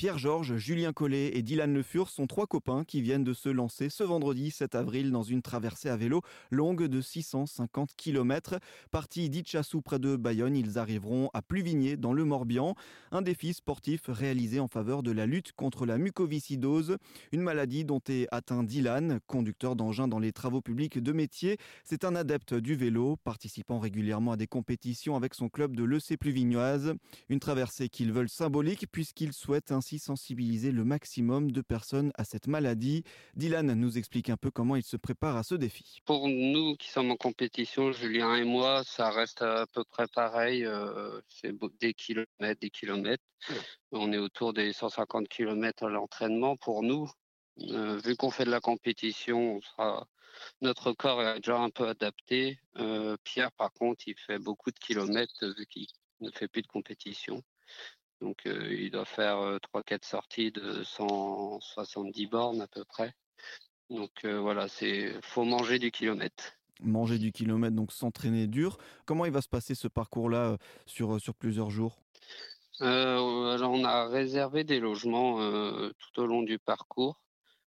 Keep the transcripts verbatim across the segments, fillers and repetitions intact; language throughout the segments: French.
Pierre Georges, Julien Collet et Dylan Le Fur sont trois copains qui viennent de se lancer ce vendredi sept avril dans une traversée à vélo longue de six cent cinquante kilomètres. Partis d'Itchassou près de Bayonne, ils arriveront à Pluvigné dans le Morbihan. Un défi sportif réalisé en faveur de la lutte contre la mucoviscidose, une maladie dont est atteint Dylan, conducteur d'engin dans les travaux publics de métier. C'est un adepte du vélo, participant régulièrement à des compétitions avec son club de l'E C Pluvignoise. Une traversée qu'ils veulent symbolique puisqu'ils souhaitent ainsi sensibiliser le maximum de personnes à cette maladie. Dylan nous explique un peu comment il se prépare à ce défi. Pour nous qui sommes en compétition, Julien et moi, ça reste à peu près pareil. Euh, c'est des kilomètres, des kilomètres. On est autour des cent cinquante kilomètres à l'entraînement pour nous. Euh, vu qu'on fait de la compétition, on sera... notre corps est déjà un peu adapté. Euh, Pierre, par contre, il fait beaucoup de kilomètres vu qu'il ne fait plus de compétition. Donc, euh, il doit faire euh, trois quatre sorties de cent soixante-dix bornes à peu près. Donc, euh, voilà, c'est faut manger du kilomètre. Manger du kilomètre, donc s'entraîner dur. Comment il va se passer ce parcours-là euh, sur, sur plusieurs jours ? Euh, alors, on a réservé des logements euh, tout au long du parcours.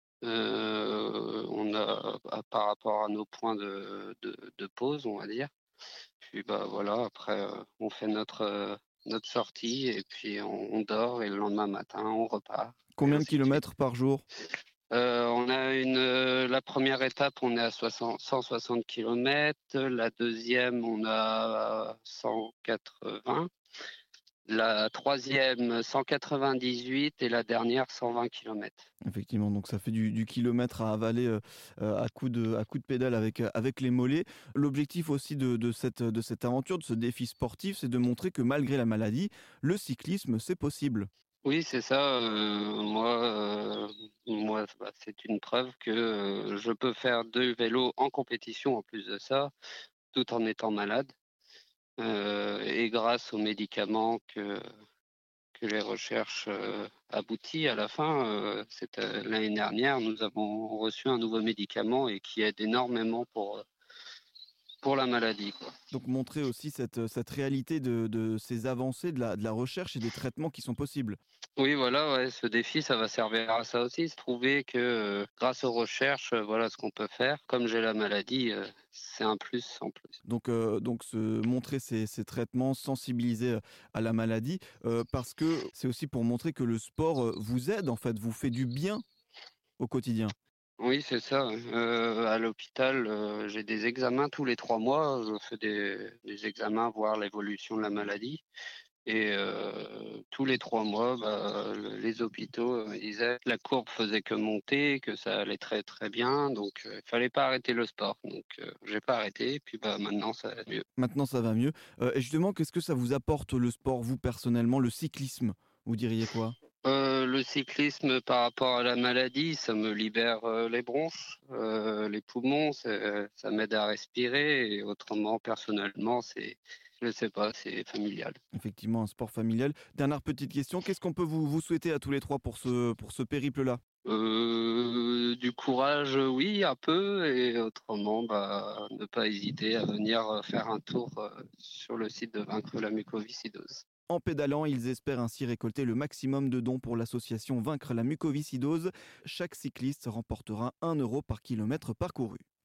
Euh, on a, à- par rapport à nos points de, de, de pause, on va dire. Puis, bah voilà, après, euh, on fait notre, euh, notre sortie et puis on, on dort et le lendemain matin, on repart. Et Combien de ainsi de suite. kilomètres par jour ? Euh, on a une, euh, la première étape, on est à soixante, cent soixante kilomètres. La deuxième, on a cent quatre-vingts. La troisième, cent quatre-vingt-dix-huit. Et la dernière, cent vingt kilomètres. Effectivement, donc ça fait du, du kilomètre à avaler euh, euh, à coup de, à coup de pédale avec, euh, avec les mollets. L'objectif aussi de, de, cette, de cette aventure, de ce défi sportif, c'est de montrer que malgré la maladie, le cyclisme, c'est possible. Oui, c'est ça. euh, moi, euh, moi bah, c'est une preuve que euh, je peux faire deux vélos en compétition en plus de ça, tout en étant malade. Euh, et grâce aux médicaments que que les recherches euh, aboutissent à la fin. Euh, c'est, euh, l'année dernière, nous avons reçu un nouveau médicament et qui aide énormément pour, euh, pour la maladie, quoi. Donc montrer aussi cette, cette réalité de, de ces avancées, de la, de la recherche et des traitements qui sont possibles. Oui, voilà, ouais, ce défi, ça va servir à ça aussi, se trouver que euh, grâce aux recherches, euh, voilà ce qu'on peut faire. Comme j'ai la maladie, euh, c'est un plus en plus. Donc, euh, donc se montrer ces, ces traitements, sensibiliser euh, à la maladie, euh, parce que c'est aussi pour montrer que le sport euh, vous aide, en fait, vous fait du bien au quotidien. Oui, c'est ça. Euh, à l'hôpital, euh, j'ai des examens tous les trois mois. Je fais des, des examens, voir l'évolution de la maladie. Et euh, tous les trois mois, bah, le- les hôpitaux euh, me disaient que la courbe faisait que monter, que ça allait très très bien, donc euh, il fallait pas arrêter le sport. Donc euh, j'ai pas arrêté, et puis bah maintenant ça va mieux. Maintenant, ça va mieux. Euh, et justement, qu'est-ce que ça vous apporte le sport, vous personnellement, le cyclisme? Vous diriez quoi? Euh, le cyclisme par rapport à la maladie, ça me libère euh, les bronches, euh, les poumons, c'est- ça m'aide à respirer. Et autrement, personnellement, c'est, je sais pas, c'est familial. Effectivement, un sport familial. Dernière petite question, qu'est-ce qu'on peut vous, vous souhaiter à tous les trois pour ce, pour ce périple-là? Euh, du courage, oui, un peu, et autrement, bah, ne pas hésiter à venir euh, faire un tour euh, sur le site de Vaincre la mucoviscidose. En pédalant, ils espèrent ainsi récolter le maximum de dons pour l'association Vaincre la mucoviscidose. Chaque cycliste remportera un euro par kilomètre parcouru.